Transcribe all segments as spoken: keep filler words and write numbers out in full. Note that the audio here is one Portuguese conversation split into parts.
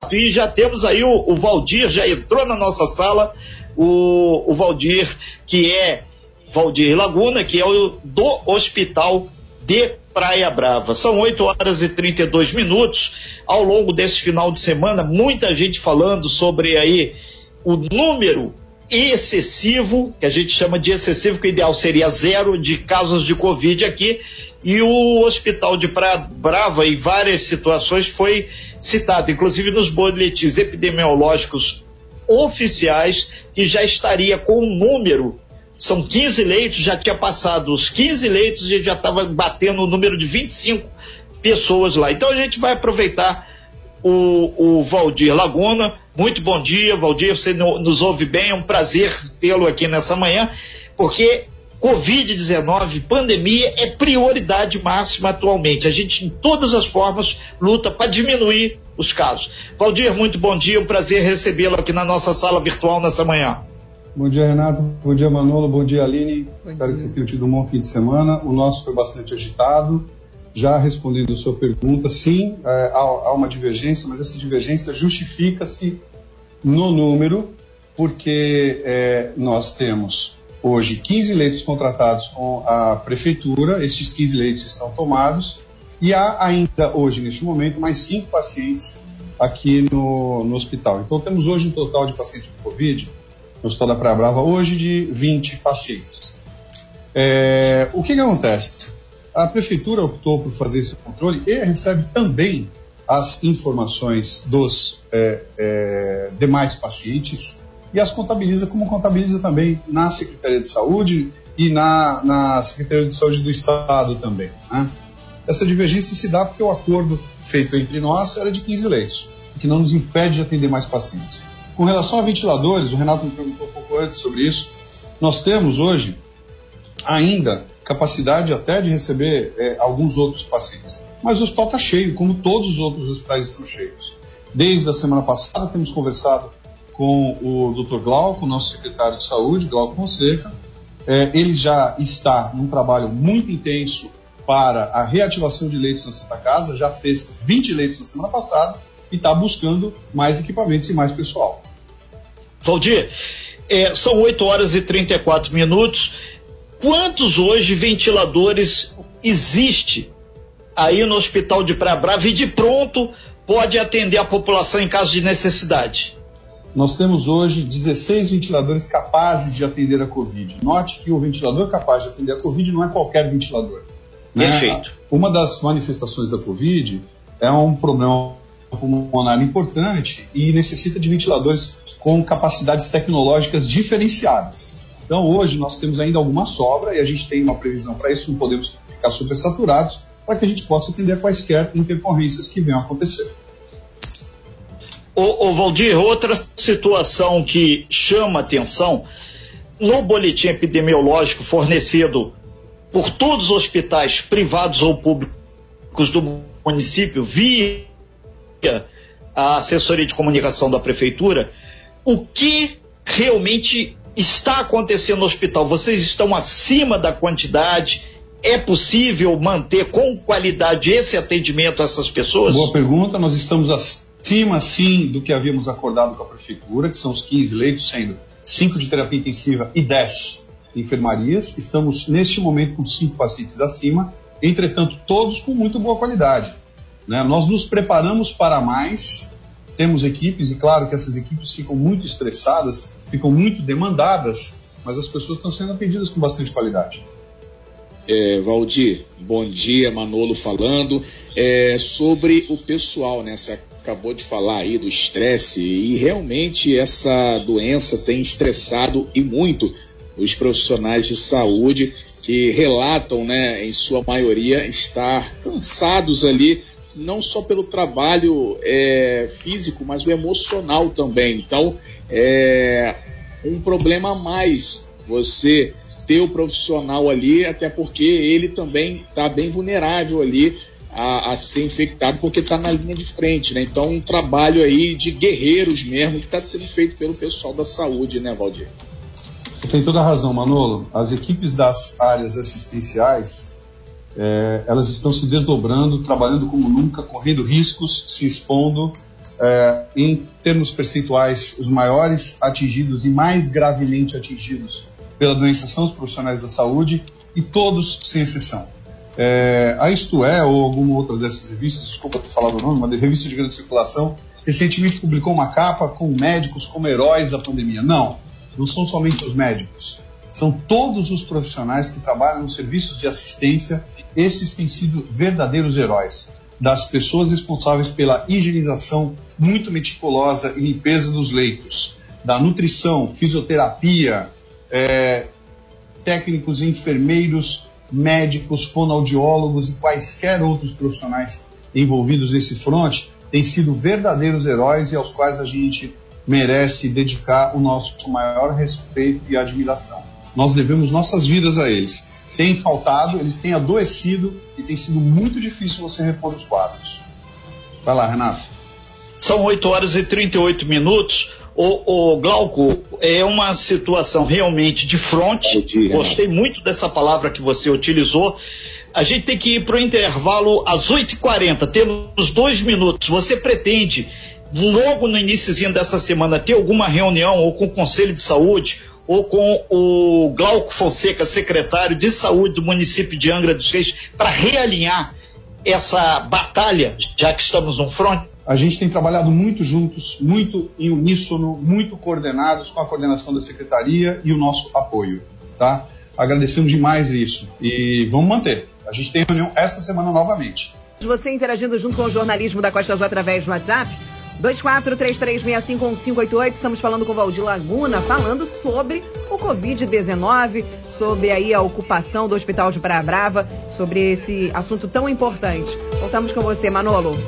E já temos aí o, o Valdir, já entrou na nossa sala, o, o Valdir, que é Valdir Laguna, que é o do Hospital de Praia Brava. São oito horas e trinta e dois minutos. Ao longo desse final de semana, muita gente falando sobre aí o número excessivo, que a gente chama de excessivo, que o ideal seria zero de casos de Covid aqui, e o Hospital de Praia Brava, em várias situações, foi citado, inclusive nos boletins epidemiológicos oficiais, que já estaria com um número, são quinze leitos, já tinha passado os quinze leitos e já estava batendo o número de vinte e cinco pessoas lá. Então a gente vai aproveitar o, o Valdir Laguna. Muito bom dia, Valdir, você no, nos ouve bem, é um prazer tê-lo aqui nessa manhã, porque covid dezenove, pandemia, é prioridade máxima atualmente. A gente, em todas as formas, luta para diminuir os casos. Valdir, muito bom dia, um prazer recebê-lo aqui na nossa sala virtual nessa manhã. Bom dia, Renato. Bom dia, Manolo. Bom dia, Aline. Bom Espero dia. que vocês tenham tido um bom fim de semana. O nosso foi bastante agitado. Já respondendo a sua pergunta, sim, é, há, há uma divergência, mas essa divergência justifica-se no número, porque é, nós temos hoje quinze leitos contratados com a prefeitura, esses quinze leitos estão tomados, e há ainda hoje, neste momento, mais cinco pacientes aqui no, no hospital. Então temos hoje um total de pacientes com Covid, no Hospital da Praia Brava, hoje de vinte pacientes. É, o que, que acontece? A prefeitura optou por fazer esse controle e recebe também as informações dos é, é, demais pacientes e as contabiliza como contabiliza também na Secretaria de Saúde e na, na Secretaria de Saúde do Estado também, né? Essa divergência se dá porque o acordo feito entre nós era de quinze leitos, que não nos impede de atender mais pacientes. Com relação a ventiladores, o Renato me perguntou um pouco antes sobre isso, nós temos hoje ainda capacidade até de receber é, alguns outros pacientes. Mas o hospital está cheio, como todos os outros hospitais estão cheios. Desde a semana passada temos conversado com o doutor Glauco, nosso secretário de saúde, Glauco Fonseca. É, ele já está num trabalho muito intenso para a reativação de leitos na Santa Casa, já fez vinte leitos na semana passada e está buscando mais equipamentos e mais pessoal. Valdir, é, são oito horas e trinta e quatro minutos. Quantos hoje ventiladores existe aí no Hospital de Praia Brava e de pronto pode atender a população em caso de necessidade? Nós temos hoje dezesseis ventiladores capazes de atender a Covid. Note que o ventilador capaz de atender a Covid não é qualquer ventilador, né? Perfeito. Uma das manifestações da Covid é um problema pulmonar importante e necessita de ventiladores com capacidades tecnológicas diferenciadas. Então, hoje, nós temos ainda alguma sobra e a gente tem uma previsão para isso, não podemos ficar supersaturados, para que a gente possa atender quaisquer intercorrências que venham a acontecer. Ô, ô Valdir, outra situação que chama atenção, no boletim epidemiológico fornecido por todos os hospitais privados ou públicos do município, via a assessoria de comunicação da prefeitura, o que realmente está acontecendo no hospital? Vocês estão acima da quantidade? É possível manter com qualidade esse atendimento a essas pessoas? Boa pergunta. Nós estamos acima, sim, do que havíamos acordado com a prefeitura, que são os quinze leitos, sendo cinco de terapia intensiva e dez enfermarias. Estamos, neste momento, com cinco pacientes acima, entretanto, todos com muito boa qualidade, né? Nós nos preparamos para mais, temos equipes, e claro que essas equipes ficam muito estressadas, ficam muito demandadas, mas as pessoas estão sendo atendidas com bastante qualidade. É, Valdir, bom dia, Manolo falando, é, sobre o pessoal, né, você acabou de falar aí do estresse, e realmente essa doença tem estressado e muito os profissionais de saúde, que relatam, né, em sua maioria, estar cansados ali, não só pelo trabalho é, físico, mas o emocional também. Então, é um problema a mais você ter o profissional ali, até porque ele também está bem vulnerável ali a, a ser infectado, porque está na linha de frente, né? Então, um trabalho aí de guerreiros mesmo, que está sendo feito pelo pessoal da saúde, né, Valdir? Você tem toda a razão, Manolo. As equipes das áreas assistenciais, é, elas estão se desdobrando, trabalhando como nunca, correndo riscos, se expondo, É, em termos percentuais, os maiores atingidos e mais gravemente atingidos pela doença são os profissionais da saúde, e todos sem exceção. É, a Isto É, ou alguma outra dessas revistas, desculpa ter falado o nome, uma revista de grande circulação, recentemente publicou uma capa com médicos como heróis da pandemia. Não, não são somente os médicos, são todos os profissionais que trabalham nos serviços de assistência. Esses têm sido verdadeiros heróis, das pessoas responsáveis pela higienização muito meticulosa e limpeza dos leitos, da nutrição, fisioterapia, é, técnicos e enfermeiros, médicos, fonoaudiólogos e quaisquer outros profissionais envolvidos nesse fronte, têm sido verdadeiros heróis e aos quais a gente merece dedicar o nosso maior respeito e admiração. Nós devemos nossas vidas a eles. Tem faltado, eles têm adoecido e tem sido muito difícil você repor os quadros. Vai lá, Renato. São oito horas e trinta e oito minutos. O, o Glauco, é uma situação realmente de fronte. Dia, Gostei muito dessa palavra que você utilizou. A gente tem que ir para o intervalo às oito e quarenta, temos dois minutos. Você pretende, logo no iniciozinho dessa semana, ter alguma reunião ou com o Conselho de Saúde ou com o Glauco Fonseca, secretário de Saúde do município de Angra dos Reis, para realinhar essa batalha, já que estamos no front? A gente tem trabalhado muito juntos, muito em uníssono, muito coordenados com a coordenação da secretaria e o nosso apoio, tá? Agradecemos demais isso e vamos manter. A gente tem reunião essa semana novamente. Você interagindo junto com o jornalismo da Costa Azul através do WhatsApp, dois quatro três três seis cinco um cinco oito oito, estamos falando com o Valdir Laguna, falando sobre o covid dezenove, sobre aí a ocupação do Hospital de Praia Brava, sobre esse assunto tão importante. Voltamos com você, Manolo.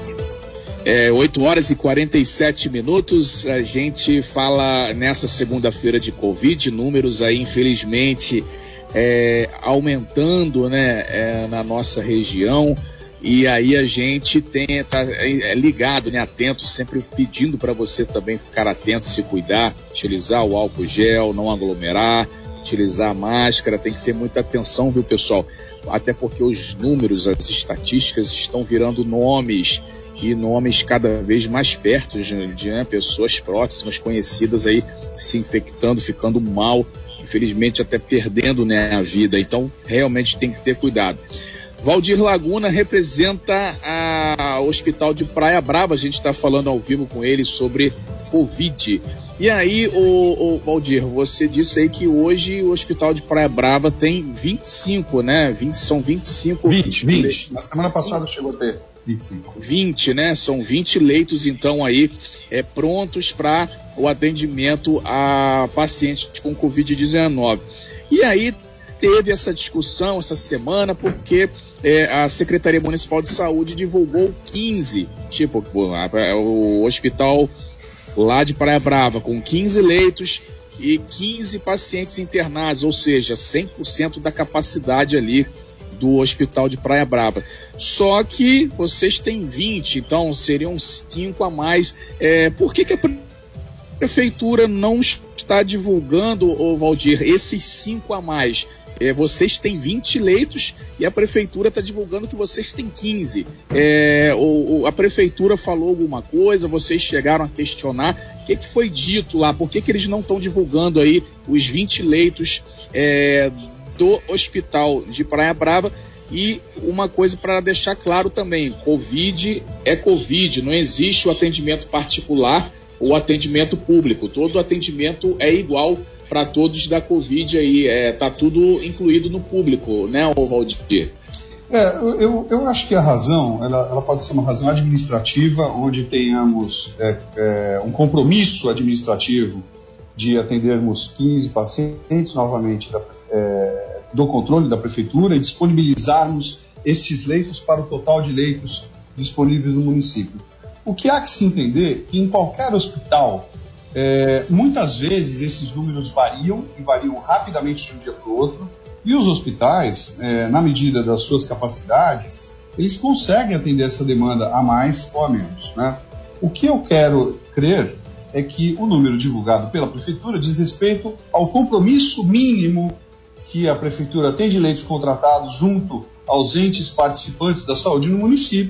É, oito horas e quarenta e sete minutos, a gente fala nessa segunda-feira de Covid, números aí infelizmente é, aumentando, né, é, na nossa região. E aí a gente tem, tá é, ligado, né, atento, sempre pedindo para você também ficar atento, se cuidar, utilizar o álcool gel, não aglomerar, utilizar a máscara, tem que ter muita atenção, viu, pessoal? Até porque os números, as estatísticas estão virando nomes, e nomes cada vez mais perto de, de né, pessoas próximas, conhecidas aí, se infectando, ficando mal, infelizmente até perdendo, né, a vida. Então, realmente tem que ter cuidado. Valdir Laguna representa o Hospital de Praia Brava. A gente está falando ao vivo com ele sobre Covid. E aí, o, o Valdir, você disse aí que hoje o Hospital de Praia Brava tem vinte e cinco, né? vinte, são vinte e cinco... vinte, vinte. Na semana passada chegou a ter vinte e cinco. vinte, né? São vinte leitos, então, aí, é, prontos para o atendimento a pacientes com covid dezenove. E aí, teve essa discussão essa semana porque é, a Secretaria Municipal de Saúde divulgou quinze, tipo, o hospital lá de Praia Brava com quinze leitos e quinze pacientes internados, ou seja, cem por cento da capacidade ali do hospital de Praia Brava. Só que vocês têm vinte, então seriam cinco a mais. É, por que que a prefeitura não está divulgando, ô Valdir, esses cinco a mais? É, vocês têm vinte leitos e a prefeitura está divulgando que vocês têm quinze. É, o, o, a prefeitura falou alguma coisa, vocês chegaram a questionar. O que, que foi dito lá? Por que, que eles não estão divulgando aí os vinte leitos é, do hospital de Praia Brava? E uma coisa para deixar claro também, Covid é Covid, não existe o atendimento particular ou atendimento público. Todo atendimento é igual para todos da Covid aí, é, tá tudo incluído no público, né, Valdir? É, eu, eu acho que a razão, ela, ela pode ser uma razão administrativa, onde tenhamos é, é, um compromisso administrativo de atendermos quinze pacientes novamente da, é, do controle da prefeitura e disponibilizarmos esses leitos para o total de leitos disponíveis no município. O que há que se entender é que em qualquer hospital, É, muitas vezes esses números variam e variam rapidamente de um dia para o outro, e os hospitais, é, na medida das suas capacidades, eles conseguem atender essa demanda a mais ou a menos, né? O que eu quero crer é que o número divulgado pela prefeitura diz respeito ao compromisso mínimo que a prefeitura tem de leitos contratados junto aos entes participantes da saúde no município,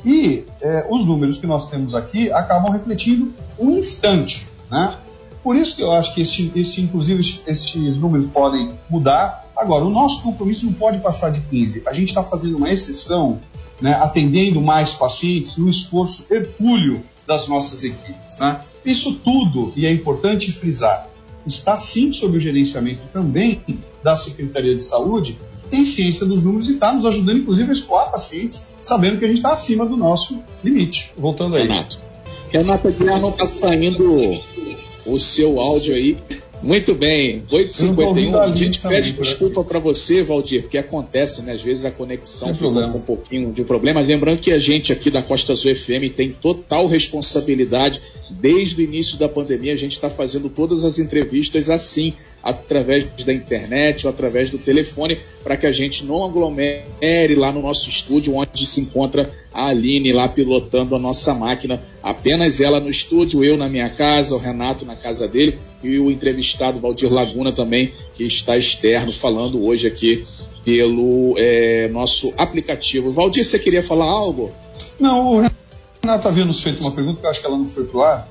E é, os números que nós temos aqui acabam refletindo um instante, né? Por isso que eu acho que, esse, esse, inclusive, esses números podem mudar. Agora, o nosso compromisso não pode passar de quinze. A gente está fazendo uma exceção, né, atendendo mais pacientes, no esforço hercúleo das nossas equipes, né? Isso tudo, e é importante frisar, está sim sob o gerenciamento também da Secretaria de Saúde, que tem ciência dos números e está nos ajudando, inclusive, a escoar pacientes, sabendo que a gente está acima do nosso limite. Voltando aí. Renato. Renato, Aguiar não está saindo o seu áudio aí. Muito bem, oito e cinquenta e um. A gente pede desculpa para você, Valdir, porque acontece, né? Às vezes a conexão fica com um pouquinho de problema. Mas lembrando que a gente aqui da Costa Azul F M tem total responsabilidade. Desde o início da pandemia, a gente está fazendo todas as entrevistas assim, através da internet ou através do telefone, para que a gente não aglomere lá no nosso estúdio, onde se encontra a Aline lá pilotando a nossa máquina. Apenas ela no estúdio, eu na minha casa, o Renato na casa dele e o entrevistado Valdir Laguna também, que está externo, falando hoje aqui pelo é, nosso aplicativo. Valdir, você queria falar algo? Não, o Renato havia nos feito uma pergunta, que eu acho que ela não foi pro ar,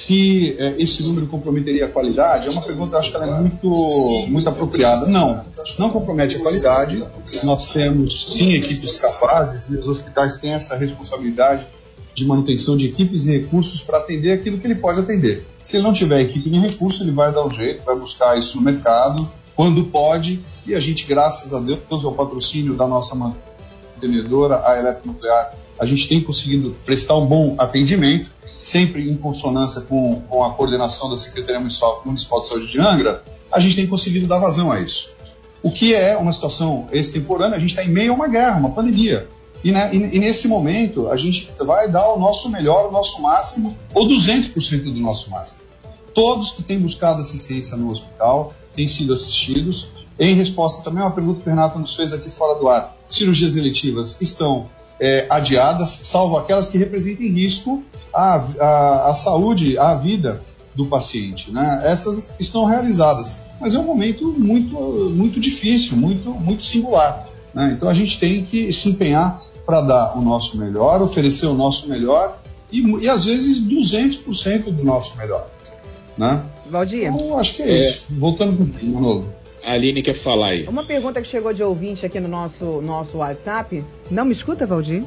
se é, esse número comprometeria a qualidade. É uma pergunta, eu acho que ela é muito, muito apropriada. Não, não compromete a qualidade. Nós temos, sim, equipes capazes, e os hospitais têm essa responsabilidade de manutenção de equipes e recursos para atender aquilo que ele pode atender. Se ele não tiver equipe nem recurso, ele vai dar um jeito, vai buscar isso no mercado, quando pode, e a gente, graças a Deus, ao patrocínio da nossa mantenedora, a Eletronuclear, a gente tem conseguido prestar um bom atendimento, sempre em consonância com, com a coordenação da Secretaria Municipal, Municipal de Saúde de Angra, a gente tem conseguido dar vazão a isso. O que é uma situação extemporânea, a gente está em meio a uma guerra, uma pandemia. E, né, e, e nesse momento, a gente vai dar o nosso melhor, o nosso máximo, ou duzentos por cento do nosso máximo. Todos que têm buscado assistência no hospital têm sido assistidos. Em resposta também a uma pergunta que o Renato nos fez aqui fora do ar, cirurgias eletivas estão é, adiadas, salvo aquelas que representem risco à, à, à saúde, à vida do paciente, né? Essas estão realizadas, mas é um momento muito, muito difícil, muito, muito singular, né? Então a gente tem que se empenhar para dar o nosso melhor, oferecer o nosso melhor e, e às vezes duzentos por cento do nosso melhor, né? Valdir. Então acho que é, é... isso. Voltando para o Manolo. A Aline quer falar aí. Uma pergunta que chegou de ouvinte aqui no nosso, nosso WhatsApp. Não me escuta, Valdir?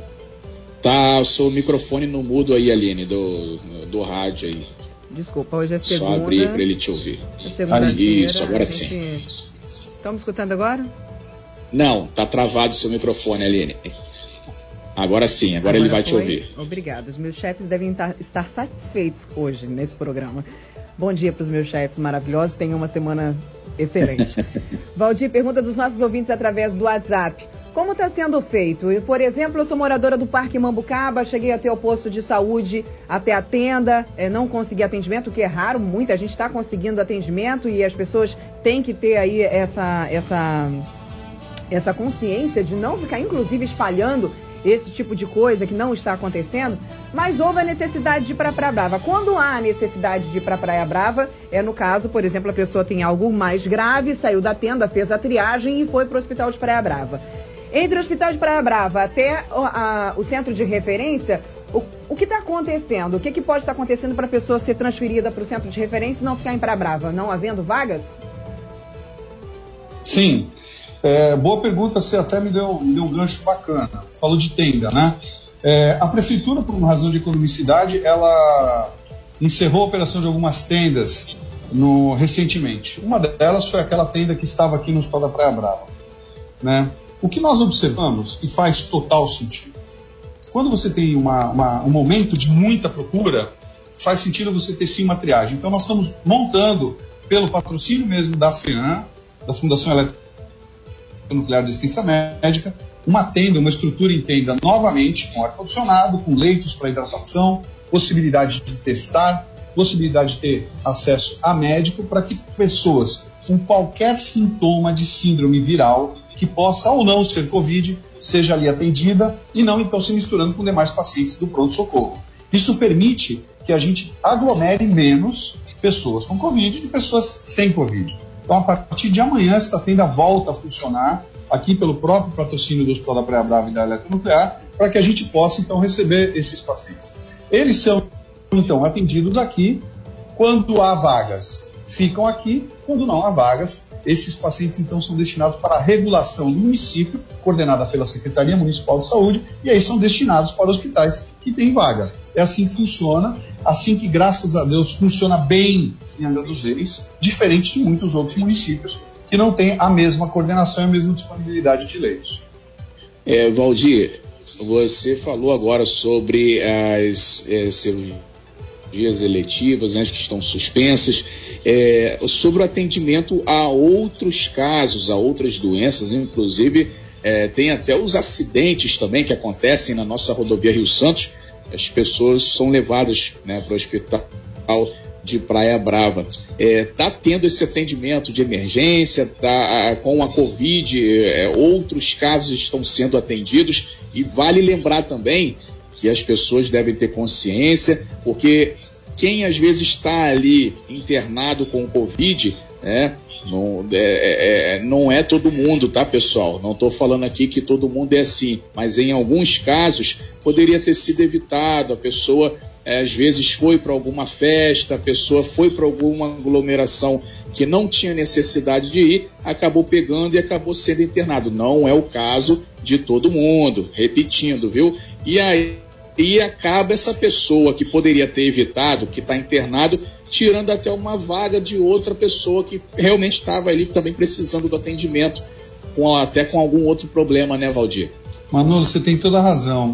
Tá, o seu microfone no mudo aí, Aline, do, do rádio aí. Desculpa, hoje é segunda. Só abrir para ele te ouvir. É segunda-feira. Isso, agora gente... sim. Estão me escutando agora? Não, tá travado o seu microfone, Aline. Agora sim, agora, agora ele vai foi? te ouvir. Obrigada. Os meus chefes devem estar satisfeitos hoje nesse programa. Bom dia para os meus chefes maravilhosos. Tenham uma semana excelente. Valdir, pergunta dos nossos ouvintes através do WhatsApp. Como está sendo feito? Por exemplo, eu sou moradora do Parque Mambucaba, cheguei até o posto de saúde, até a tenda, é, não consegui atendimento, o que é raro, muita gente está conseguindo atendimento e as pessoas têm que ter aí essa, essa, essa consciência de não ficar, inclusive, espalhando esse tipo de coisa que não está acontecendo, mas houve a necessidade de ir para Praia Brava. Quando há a necessidade de ir para Praia Brava, é no caso, por exemplo, a pessoa tem algo mais grave, saiu da tenda, fez a triagem e foi para o hospital de Praia Brava. Entre o hospital de Praia Brava até o, a, o centro de referência, o, o que está acontecendo? O que, que pode estar acontecendo para a pessoa ser transferida para o centro de referência e não ficar em Praia Brava? Não havendo vagas? Sim. É, boa pergunta, você até me deu, me deu um gancho bacana. Falou de tenda, né? É, a prefeitura, por uma razão de economicidade, ela encerrou a operação de algumas tendas no, recentemente. Uma delas foi aquela tenda que estava aqui no Hospital da Praia Brava, né? O que nós observamos, e faz total sentido, quando você tem uma, uma, um momento de muita procura, faz sentido você ter sim uma triagem. Então nós estamos montando, pelo patrocínio mesmo da FEAM, da Fundação Elétrica Nuclear de Assistência Médica, uma tenda, uma estrutura em tenda novamente, com ar-condicionado, com leitos para hidratação, possibilidade de testar, possibilidade de ter acesso a médico para que pessoas com qualquer sintoma de síndrome viral, que possa ou não ser Covid, seja ali atendida e não então se misturando com demais pacientes do pronto-socorro. Isso permite que a gente aglomere menos pessoas com Covid e pessoas sem Covid. Então, a partir de amanhã, esta tenda volta a funcionar, aqui pelo próprio patrocínio do Hospital da Praia Brava e da Eletronuclear, para que a gente possa, então, receber esses pacientes. Eles são, então, atendidos aqui. Quando há vagas, ficam aqui. Quando não há vagas, esses pacientes, então, são destinados para a regulação do município, coordenada pela Secretaria Municipal de Saúde, e aí são destinados para hospitais que têm vaga. É assim que funciona, assim que, graças a Deus, funciona bem em Angra dos Reis, diferente de muitos outros municípios que não têm a mesma coordenação e a mesma disponibilidade de leitos. É, Valdir, você falou agora sobre as é, cirurgias eletivas, né, que estão suspensas, é, sobre o atendimento a outros casos, a outras doenças, inclusive é, tem até os acidentes também que acontecem na nossa rodovia Rio Santos. As pessoas são levadas, né, para o hospital de Praia Brava. Está é, tendo esse atendimento de emergência, tá, com a Covid, é, outros casos estão sendo atendidos, e vale lembrar também que as pessoas devem ter consciência, porque quem às vezes está ali internado com Covid, né, não, é, é, não é todo mundo, tá, pessoal? Não estou falando aqui que todo mundo é assim, mas em alguns casos poderia ter sido evitado. A pessoa é, às vezes foi para alguma festa, a pessoa foi para alguma aglomeração que não tinha necessidade de ir, acabou pegando e acabou sendo internado. Não é o caso de todo mundo, repetindo, viu? E aí e acaba essa pessoa que poderia ter evitado, que está internado, tirando até uma vaga de outra pessoa que realmente estava ali também precisando do atendimento, com, até com algum outro problema, né, Valdir? Manolo, você tem toda a razão.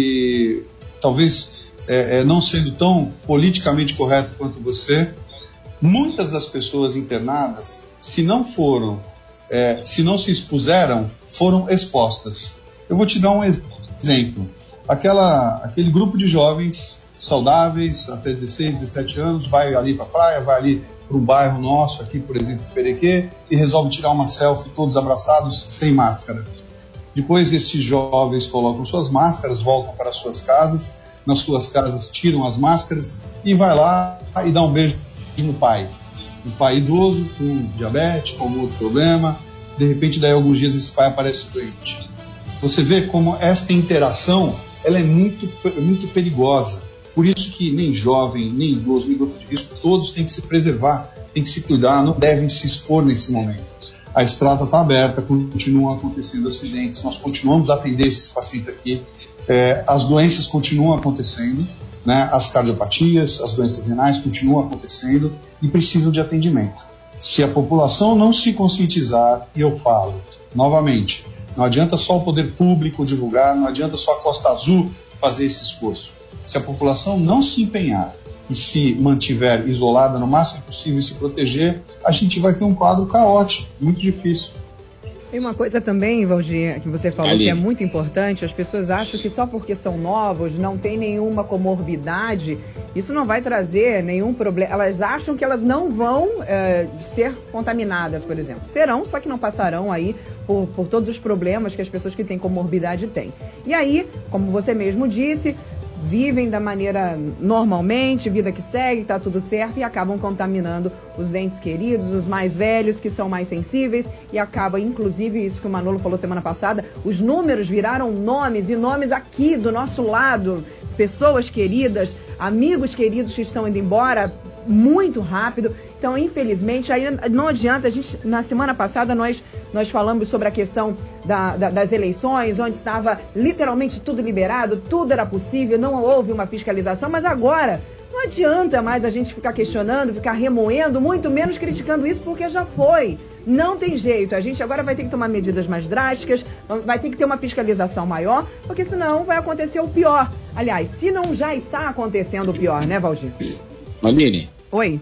E talvez, é, é, não sendo tão politicamente correto quanto você, muitas das pessoas internadas, se não foram, é, se não se expuseram, foram expostas. Eu vou te dar um exemplo. Aquela, aquele grupo de jovens saudáveis, até dezesseis, dezessete anos, vai ali para a praia, vai ali para um bairro nosso, aqui, por exemplo, Perequê, e resolve tirar uma selfie todos abraçados, sem máscara. Depois, estes jovens colocam suas máscaras, voltam para suas casas, nas suas casas tiram as máscaras e vai lá e dá um beijo no pai. Um pai idoso, com diabetes, com algum outro problema, de repente, daí alguns dias esse pai aparece doente. Você vê como esta interação ela é muito, muito perigosa. Por isso que nem jovem, nem idoso, nem grupo de risco, todos têm que se preservar, têm que se cuidar, não devem se expor nesse momento. A estrada está aberta, continuam acontecendo acidentes, nós continuamos a atender esses pacientes aqui, é, as doenças continuam acontecendo, né, as cardiopatias, as doenças renais continuam acontecendo e precisam de atendimento. Se a população não se conscientizar, e eu falo novamente, não adianta só o poder público divulgar, não adianta só a Costa Azul fazer esse esforço. Se a população não se empenhar e se mantiver isolada no máximo possível e se proteger, a gente vai ter um quadro caótico, muito difícil. Tem uma coisa também, Valdir, que você falou Ali. que é muito importante. As pessoas acham que só porque são novos, não tem nenhuma comorbidade, isso não vai trazer nenhum problema. Elas acham que elas não vão é, ser contaminadas, por exemplo. Serão, só que não passarão aí por, por todos os problemas que as pessoas que têm comorbidade têm. E aí, como você mesmo disse, vivem da maneira normalmente, vida que segue, tá tudo certo, e acabam contaminando os entes queridos, os mais velhos, que são mais sensíveis, e acaba, inclusive, isso que o Manolo falou semana passada, os números viraram nomes, e nomes aqui do nosso lado, pessoas queridas, amigos queridos que estão indo embora muito rápido. Então, infelizmente, aí não adianta. A gente, na semana passada nós, nós falamos sobre a questão da, da, das eleições, onde estava literalmente tudo liberado, tudo era possível, não houve uma fiscalização, mas agora não adianta mais a gente ficar questionando, ficar remoendo, muito menos criticando isso, porque já foi. Não tem jeito, a gente agora vai ter que tomar medidas mais drásticas, vai ter que ter uma fiscalização maior, porque senão vai acontecer o pior. Aliás, se não já está acontecendo o pior, né, Valdir? Aline. Oi.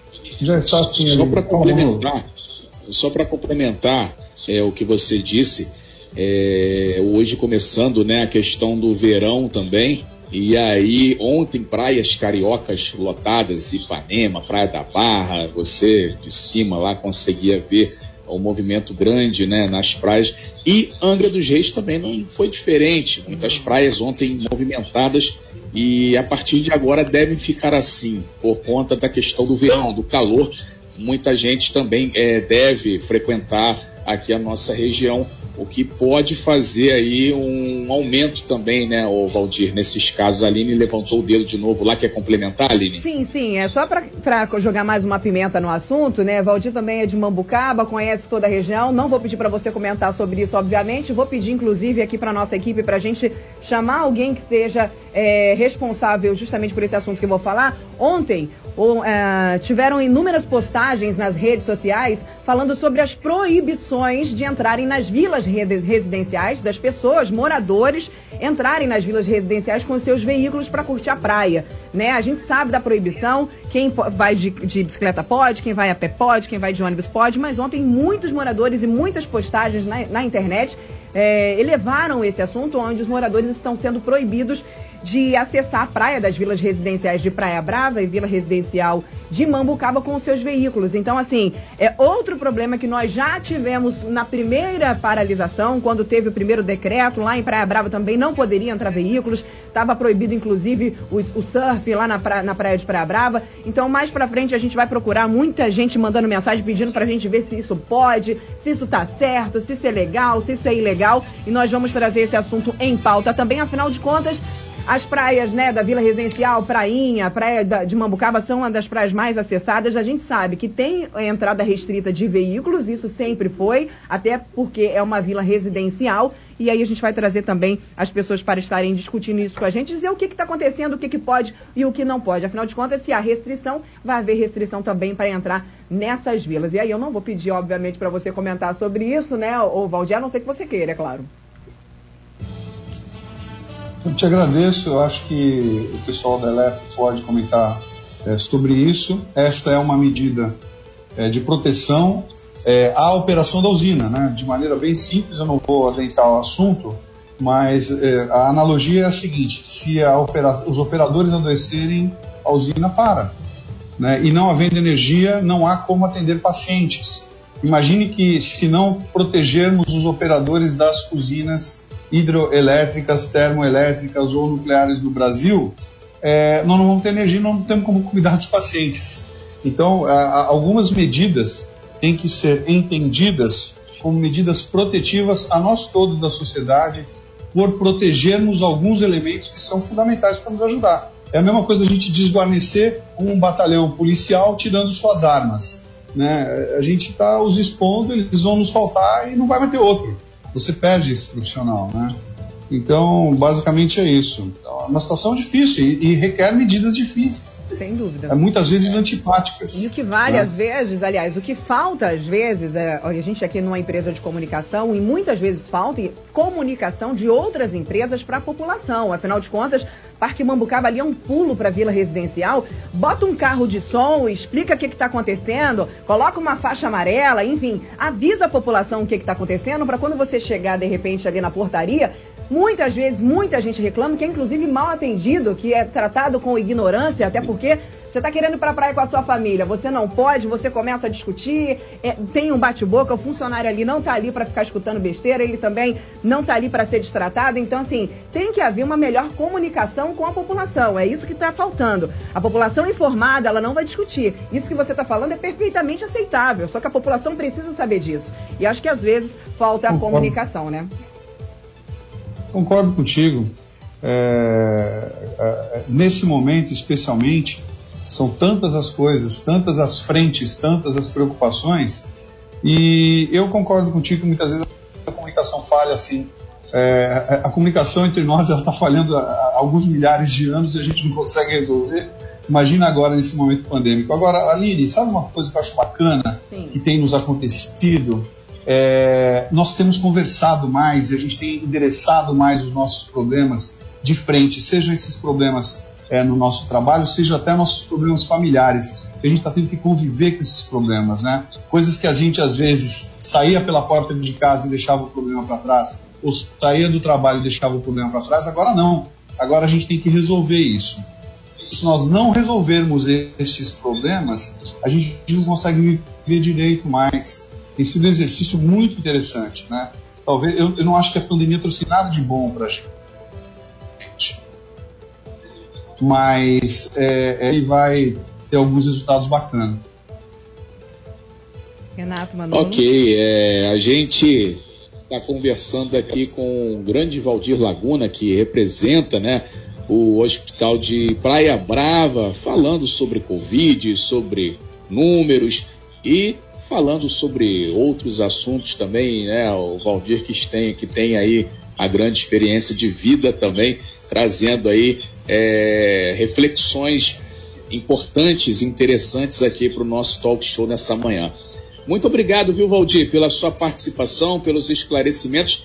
Já está assim. Só para complementar, só para complementar é, o que você disse, é, hoje começando, né, a questão do verão também. E aí, ontem, praias cariocas lotadas, Ipanema, Praia da Barra, você de cima lá conseguia ver um movimento grande, né, nas praias. E Angra dos Reis também não foi diferente. Muitas praias ontem movimentadas e a partir de agora devem ficar assim, por conta da questão do verão, do calor, muita gente também é, deve frequentar aqui a nossa região, o que pode fazer aí um aumento também, né, o Valdir, nesses casos. A Aline levantou o dedo de novo lá, quer complementar, Aline? Sim, sim, é só para jogar mais uma pimenta no assunto, né, Valdir também é de Mambucaba, conhece toda a região, não vou pedir para você comentar sobre isso, obviamente, vou pedir inclusive aqui para nossa equipe, para a gente chamar alguém que seja é, responsável justamente por esse assunto que eu vou falar. Ontem, ou, é, tiveram inúmeras postagens nas redes sociais falando sobre as proibições de entrarem nas vilas residenciais, das pessoas, moradores, entrarem nas vilas residenciais com seus veículos para curtir a praia, né? A gente sabe da proibição, quem vai de, de bicicleta pode, quem vai a pé pode, quem vai de ônibus pode, mas ontem muitos moradores e muitas postagens na, na internet é, elevaram esse assunto, onde os moradores estão sendo proibidos de acessar a praia das vilas residenciais de Praia Brava e Vila Residencial de Mambucaba com os seus veículos. Então, assim, é outro problema que nós já tivemos na primeira paralisação, quando teve o primeiro decreto, lá em Praia Brava também não poderia entrar veículos, estava proibido, inclusive, o, o surf lá na praia, na praia de Praia Brava. Então, mais pra frente, a gente vai procurar muita gente mandando mensagem, pedindo pra gente ver se isso pode, se isso tá certo, se isso é legal, se isso é ilegal, e nós vamos trazer esse assunto em pauta também. Afinal de contas, as praias, né, da Vila Residencial, Prainha, Praia de Mambucaba são uma das praias mais acessadas. A gente sabe que tem entrada restrita de veículos, isso sempre foi, até porque é uma vila residencial. E aí a gente vai trazer também as pessoas para estarem discutindo isso com a gente, dizer o que está acontecendo, o que, que pode e o que não pode. Afinal de contas, se há restrição, vai haver restrição também para entrar nessas vilas. E aí eu não vou pedir, obviamente, para você comentar sobre isso, né, ô Valdir, a não ser que você queira, é claro. Eu te agradeço, eu acho que o pessoal da Eletro pode comentar é, sobre isso. Esta é uma medida é, de proteção é, à operação da usina, né? De maneira bem simples, eu não vou adentrar ao assunto, mas é, a analogia é a seguinte: se a opera, os operadores adoecerem, a usina para, né? E não havendo energia, não há como atender pacientes. Imagine que, se não protegermos os operadores das usinas hidroelétricas, termoelétricas ou nucleares do Brasil, é, nós não vamos ter energia, nós não temos como cuidar dos pacientes. Então, a, algumas medidas têm que ser entendidas como medidas protetivas a nós todos da sociedade, por protegermos alguns elementos que são fundamentais para nos ajudar. É a mesma coisa a gente desguarnecer um batalhão policial tirando suas armas, né? A gente está os expondo, eles vão nos faltar e não vai mais ter outro. Você perde esse profissional, né? Então, basicamente é isso. Então, é uma situação difícil e, e requer medidas difíceis. Sem dúvida. É, muitas vezes antipáticas. E o que vale, né? às vezes, aliás, o que falta, às vezes, é, a gente aqui numa empresa de comunicação, e muitas vezes falta comunicação de outras empresas para a população. Afinal de contas, Parque Mambucaba ali é um pulo para a Vila Residencial. Bota um carro de som, explica o que está acontecendo, coloca uma faixa amarela, enfim, avisa a população o que está acontecendo, para quando você chegar, de repente, ali na portaria, muitas vezes, muita gente reclama que é inclusive mal atendido, que é tratado com ignorância, até porque você está querendo ir para a praia com a sua família, você não pode, você começa a discutir, é, tem um bate-boca, o funcionário ali não está ali para ficar escutando besteira, ele também não está ali para ser destratado. Então, assim, tem que haver uma melhor comunicação com a população, é isso que está faltando. A população informada, ela não vai discutir. Isso que você está falando é perfeitamente aceitável, só que a população precisa saber disso. E acho que às vezes falta a comunicação, né? Concordo contigo. É, é, nesse momento, especialmente, são tantas as coisas, tantas as frentes, tantas as preocupações, e eu concordo contigo que muitas vezes a comunicação falha assim. É, a comunicação entre nós está falhando há alguns milhares de anos e a gente não consegue resolver. Imagina agora nesse momento pandêmico. Agora, Aline, sabe uma coisa que eu acho bacana Sim. que tem nos acontecido? É, nós temos conversado mais e a gente tem endereçado mais os nossos problemas de frente, sejam esses problemas é, no nosso trabalho, seja até nossos problemas familiares. A gente está tendo que conviver com esses problemas, né? Coisas que a gente às vezes saía pela porta de casa e deixava o problema para trás, ou saía do trabalho e deixava o problema para trás, agora não. Agora a gente tem que resolver isso. Se nós não resolvermos esses problemas, a gente não consegue viver direito mais. Tem sido um exercício muito interessante, né? Talvez, eu, eu não acho que a pandemia trouxe nada de bom para a gente, mas é, ele vai ter alguns resultados bacanas. Renato Manolo. Ok, é, a gente está conversando aqui com o grande Valdir Laguna, que representa, né, o Hospital de Praia Brava, falando sobre Covid, sobre números e falando sobre outros assuntos também, né? O Valdir que tem, que tem aí a grande experiência de vida também, trazendo aí é, reflexões importantes, interessantes aqui para o nosso talk show nessa manhã. Muito obrigado, viu, Valdir, pela sua participação, pelos esclarecimentos.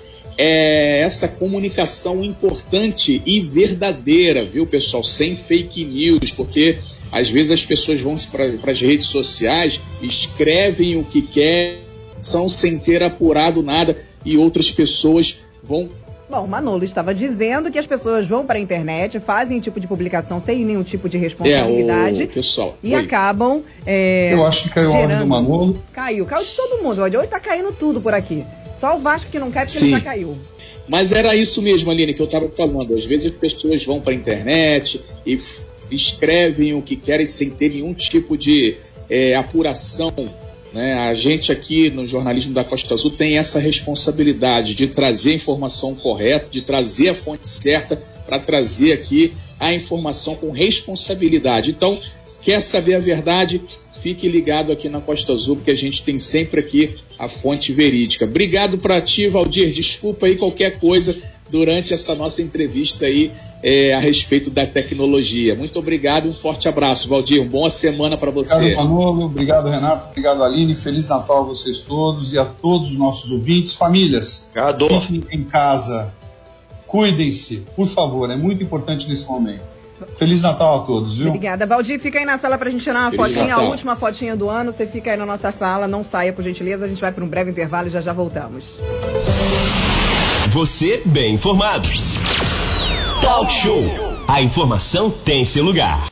É essa comunicação importante e verdadeira, viu, pessoal? Sem fake news, porque às vezes as pessoas vão para as redes sociais, escrevem o que querem, são sem ter apurado nada, e outras pessoas vão... Bom, Manolo estava dizendo que as pessoas vão para a internet, fazem tipo de publicação sem nenhum tipo de responsabilidade. É, o pessoal, e oi. acabam é, Eu acho que caiu gerando... o áudio do Manolo. Caiu, caiu de todo mundo. Hoje está caindo tudo por aqui. Só o Vasco que não cai porque Sim. ele já caiu. Mas era isso mesmo, Aline, que eu estava falando. Às vezes as pessoas vão para a internet e f- escrevem o que querem sem ter nenhum tipo de é, apuração, né? A gente aqui no jornalismo da Costa Azul tem essa responsabilidade de trazer a informação correta, de trazer a fonte certa para trazer aqui a informação com responsabilidade. Então, quer saber a verdade? Fique ligado aqui na Costa Azul, porque a gente tem sempre aqui a fonte verídica. Obrigado para ti, Valdir. Desculpa aí qualquer coisa durante essa nossa entrevista aí é, a respeito da tecnologia. Muito obrigado e um forte abraço, Valdir. Uma boa semana para você. Obrigado, Manolo. Obrigado, Renato. Obrigado, Aline. Feliz Natal a vocês todos e a todos os nossos ouvintes. Famílias, Obrigado. fiquem em casa. Cuidem-se, por favor. É muito importante nesse momento. Feliz Natal a todos, viu? Obrigada. Valdir, fica aí na sala pra gente tirar uma Feliz fotinha, Natal. a última fotinha do ano. Você fica aí na nossa sala, não saia, por gentileza. A gente vai para um breve intervalo e já já voltamos. Você bem informado. Talk Show. A informação tem seu lugar.